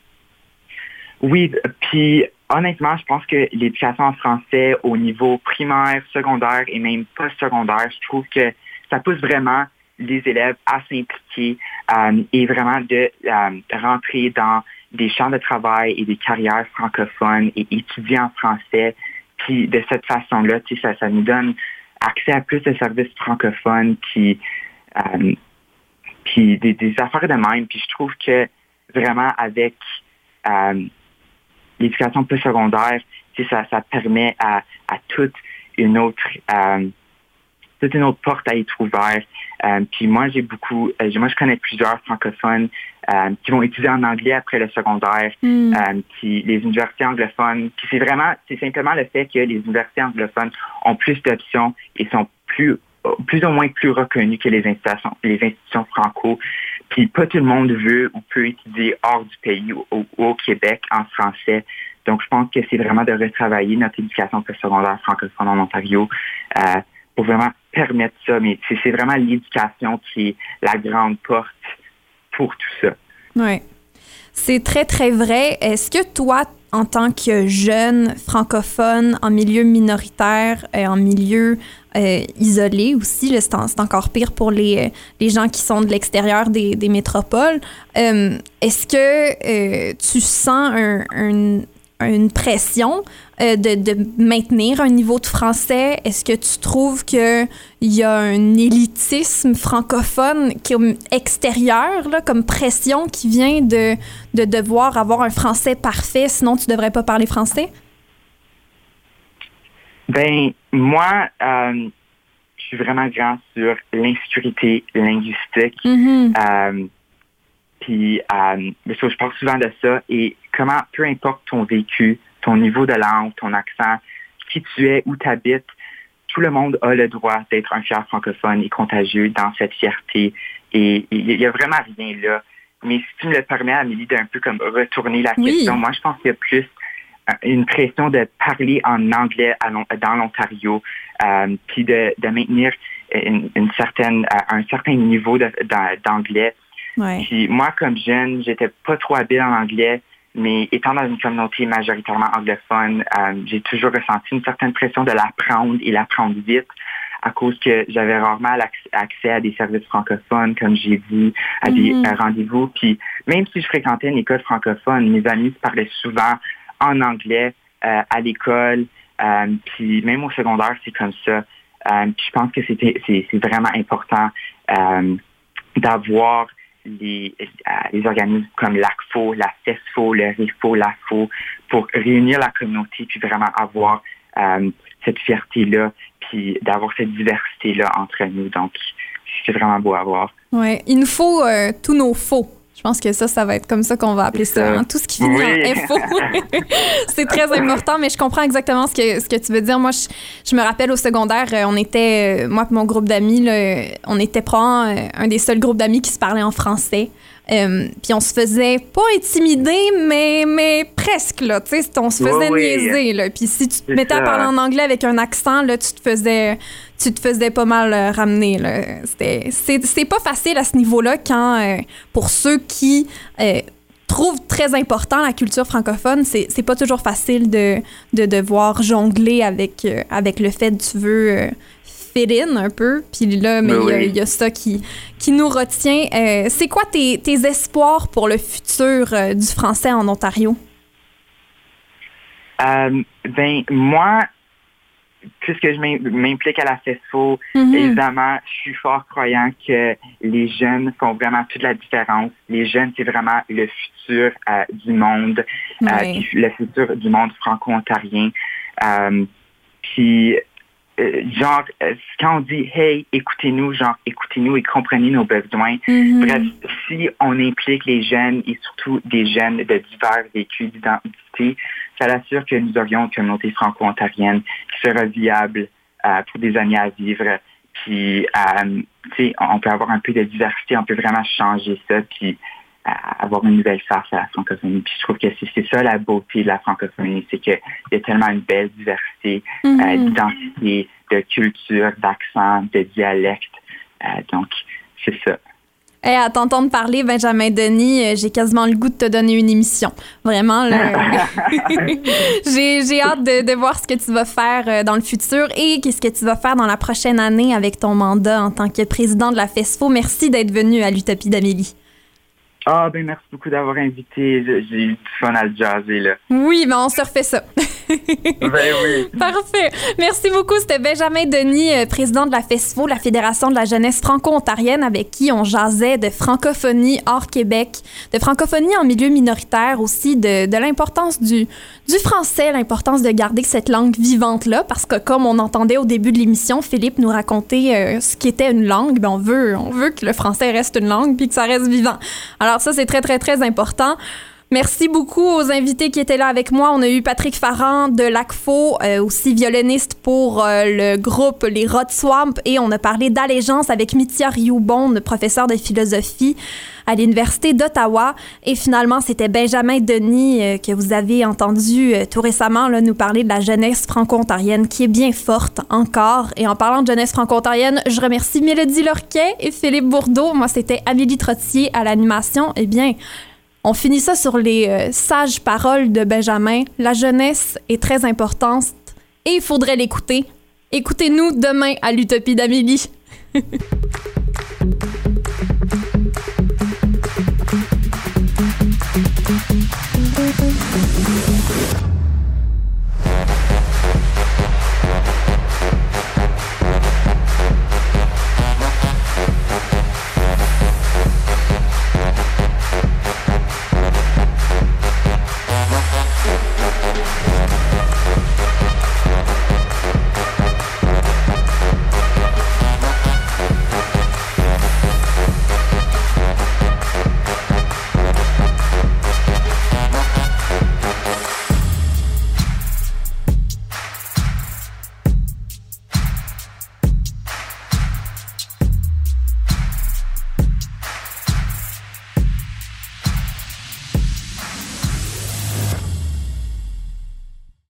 Oui, puis honnêtement, je pense que l'éducation en français au niveau primaire, secondaire et même post-secondaire, je trouve que ça pousse vraiment les élèves à s'impliquer euh, et vraiment de euh, rentrer dans des champs de travail et des carrières francophones et étudier en français. Puis de cette façon-là, tu sais, ça, ça nous donne accès à plus de services francophones, puis, euh, puis des, des affaires de même. Puis je trouve que vraiment avec euh, l'éducation postsecondaire, tu sais, ça, ça permet à, à toute une autre euh, toute une autre porte à être ouverte. Euh, puis moi, j'ai beaucoup, euh, moi, je connais plusieurs francophones euh, qui vont étudier en anglais après le secondaire, mm. euh, puis les universités anglophones. Puis c'est vraiment, c'est simplement le fait que les universités anglophones ont plus d'options et sont plus, plus ou moins plus reconnues que les institutions, les institutions franco. Puis pas tout le monde veut ou peut étudier hors du pays ou au, au Québec en français. Donc, je pense que c'est vraiment de retravailler notre éducation postsecondaire francophone en Ontario euh, pour vraiment permettre ça. Mais c'est, c'est vraiment l'éducation qui est la grande porte pour tout ça. Oui. C'est très, très vrai. Est-ce que toi, en tant que jeune francophone en milieu minoritaire, euh, en milieu euh, isolé aussi, là, c'est, en, c'est encore pire pour les, les gens qui sont de l'extérieur des, des métropoles, euh, est-ce que euh, tu sens un, un une pression euh, de, de maintenir un niveau de français? Est-ce que tu trouves qu'il y a un élitisme francophone qui est extérieur, là, comme pression qui vient de, de devoir avoir un français parfait, sinon tu ne devrais pas parler français? Ben, moi, euh, je suis vraiment grand sur l'insécurité linguistique. Mm-hmm. Euh, Puis, euh, je parle souvent de ça et comment, peu importe ton vécu, ton niveau de langue, ton accent, qui tu es, où tu habites, tout le monde a le droit d'être un fier francophone et contagieux dans cette fierté. Et il n'y a vraiment rien là. Mais si tu me le permets, Amélie, d'un peu comme retourner la question, oui. Moi, je pense qu'il y a plus une pression de parler en anglais à dans l'Ontario, euh, puis de, de maintenir une, une certaine, un certain niveau de, d'anglais. Ouais. Puis moi, comme jeune, j'étais pas trop habile en anglais, mais étant dans une communauté majoritairement anglophone, euh, j'ai toujours ressenti une certaine pression de l'apprendre et l'apprendre vite à cause que j'avais rarement accès à des services francophones, comme j'ai dit, à des mm-hmm. rendez-vous. Puis même si je fréquentais une école francophone, mes amis parlaient souvent en anglais euh, à l'école, euh, puis même au secondaire, c'est comme ça. Euh, puis je pense que c'était, c'est, c'est vraiment important euh, d'avoir Les, les organismes comme l'A C F O, la FESFO, le RIFO, l'A F O, pour réunir la communauté puis vraiment avoir euh, cette fierté-là puis d'avoir cette diversité-là entre nous. Donc, c'est vraiment beau à voir. Oui, il nous faut euh, tous nos faux Je pense que ça, ça va être comme ça qu'on va appeler ça. Hein? Tout ce qui finit Oui. en F O. C'est très important, mais je comprends exactement ce que, ce que tu veux dire. Moi, je, je me rappelle au secondaire, euh, on était, euh, moi et mon groupe d'amis, là, euh, on était probablement euh, un des seuls groupes d'amis qui se parlait en français. Euh, puis on se faisait pas intimider, mais, mais presque, là. Tu sais, on se faisait Oui, oui. niaiser, là. Puis si tu te C'est mettais à ça. parler en anglais avec un accent, là, tu te faisais, tu te faisais pas mal euh, ramener, là. C'était, c'est, c'est pas facile à ce niveau-là quand, euh, pour ceux qui euh, trouvent très important la culture francophone, c'est, c'est pas toujours facile de, de devoir jongler avec, euh, avec le fait que tu veux euh, fit in un peu. Puis là, mais il Ben y a- oui. il y, a ça qui, qui nous retient. Euh, c'est quoi tes, tes espoirs pour le futur euh, du français en Ontario? Euh, ben, moi, puisque je m'im- m'implique à la FESFO, Mhm. évidemment, je suis fort croyant que les jeunes font vraiment toute la différence. Les jeunes, c'est vraiment le futur euh, du monde, euh, Ouais. puis le futur du monde franco-ontarien. Euh, puis, euh, genre, euh, quand on dit « Hey, écoutez-nous », genre, écoutez-nous et comprenez nos besoins. Mhm. Bref, si on implique les jeunes et surtout des jeunes de divers vécus d'identité, ça assure que nous aurions une communauté franco-ontarienne qui sera viable euh, pour des années à vivre. Puis, euh, tu sais, on peut avoir un peu de diversité, on peut vraiment changer ça, puis euh, avoir une nouvelle face à la francophonie. Puis je trouve que c'est, c'est ça la beauté de la francophonie, c'est qu'il y a tellement une belle diversité Mhm. euh, d'identité, de culture, d'accent, de dialecte. Euh, donc, c'est ça. Hey, à t'entendre parler, Benjamin Denis, euh, j'ai quasiment le goût de te donner une émission. Vraiment, là. j'ai, j'ai hâte de, de voir ce que tu vas faire euh, dans le futur et qu'est-ce que tu vas faire dans la prochaine année avec ton mandat en tant que président de la FESFO. Merci d'être venu à l'Utopie d'Amélie. Ah, ben merci beaucoup d'avoir invité. J'ai j'ai eu du fun à le jaser, là. Oui, mais on se refait ça. Ben oui. Parfait. Merci beaucoup. C'était Benjamin Denis, euh, président de la FESFO, la Fédération de la jeunesse franco-ontarienne, avec qui on jasait de francophonie hors Québec, de francophonie en milieu minoritaire aussi, de, de l'importance du, du français, l'importance de garder cette langue vivante-là, parce que comme on entendait au début de l'émission, Philippe nous racontait euh, ce qu'était une langue, ben on veut, on veut que le français reste une langue puis que ça reste vivant. Alors ça, c'est très, très, très important. Merci beaucoup aux invités qui étaient là avec moi. On a eu Patrick Farran de l'A C F O, euh, aussi violoniste pour euh, le groupe Les Rod Swamp, et on a parlé d'allégeance avec Mithya Rioubon, professeur de philosophie à l'Université d'Ottawa. Et finalement, c'était Benjamin Denis euh, que vous avez entendu euh, tout récemment là, nous parler de la jeunesse franco-ontarienne qui est bien forte encore. Et en parlant de jeunesse franco-ontarienne, je remercie Mélodie Lorquet et Philippe Bourdeau. Moi, c'était Amélie Trottier à l'animation. Eh bien, on finit ça sur les euh, sages paroles de Benjamin. La jeunesse est très importante et il faudrait l'écouter. Écoutez-nous demain à l'Utopie d'Amélie.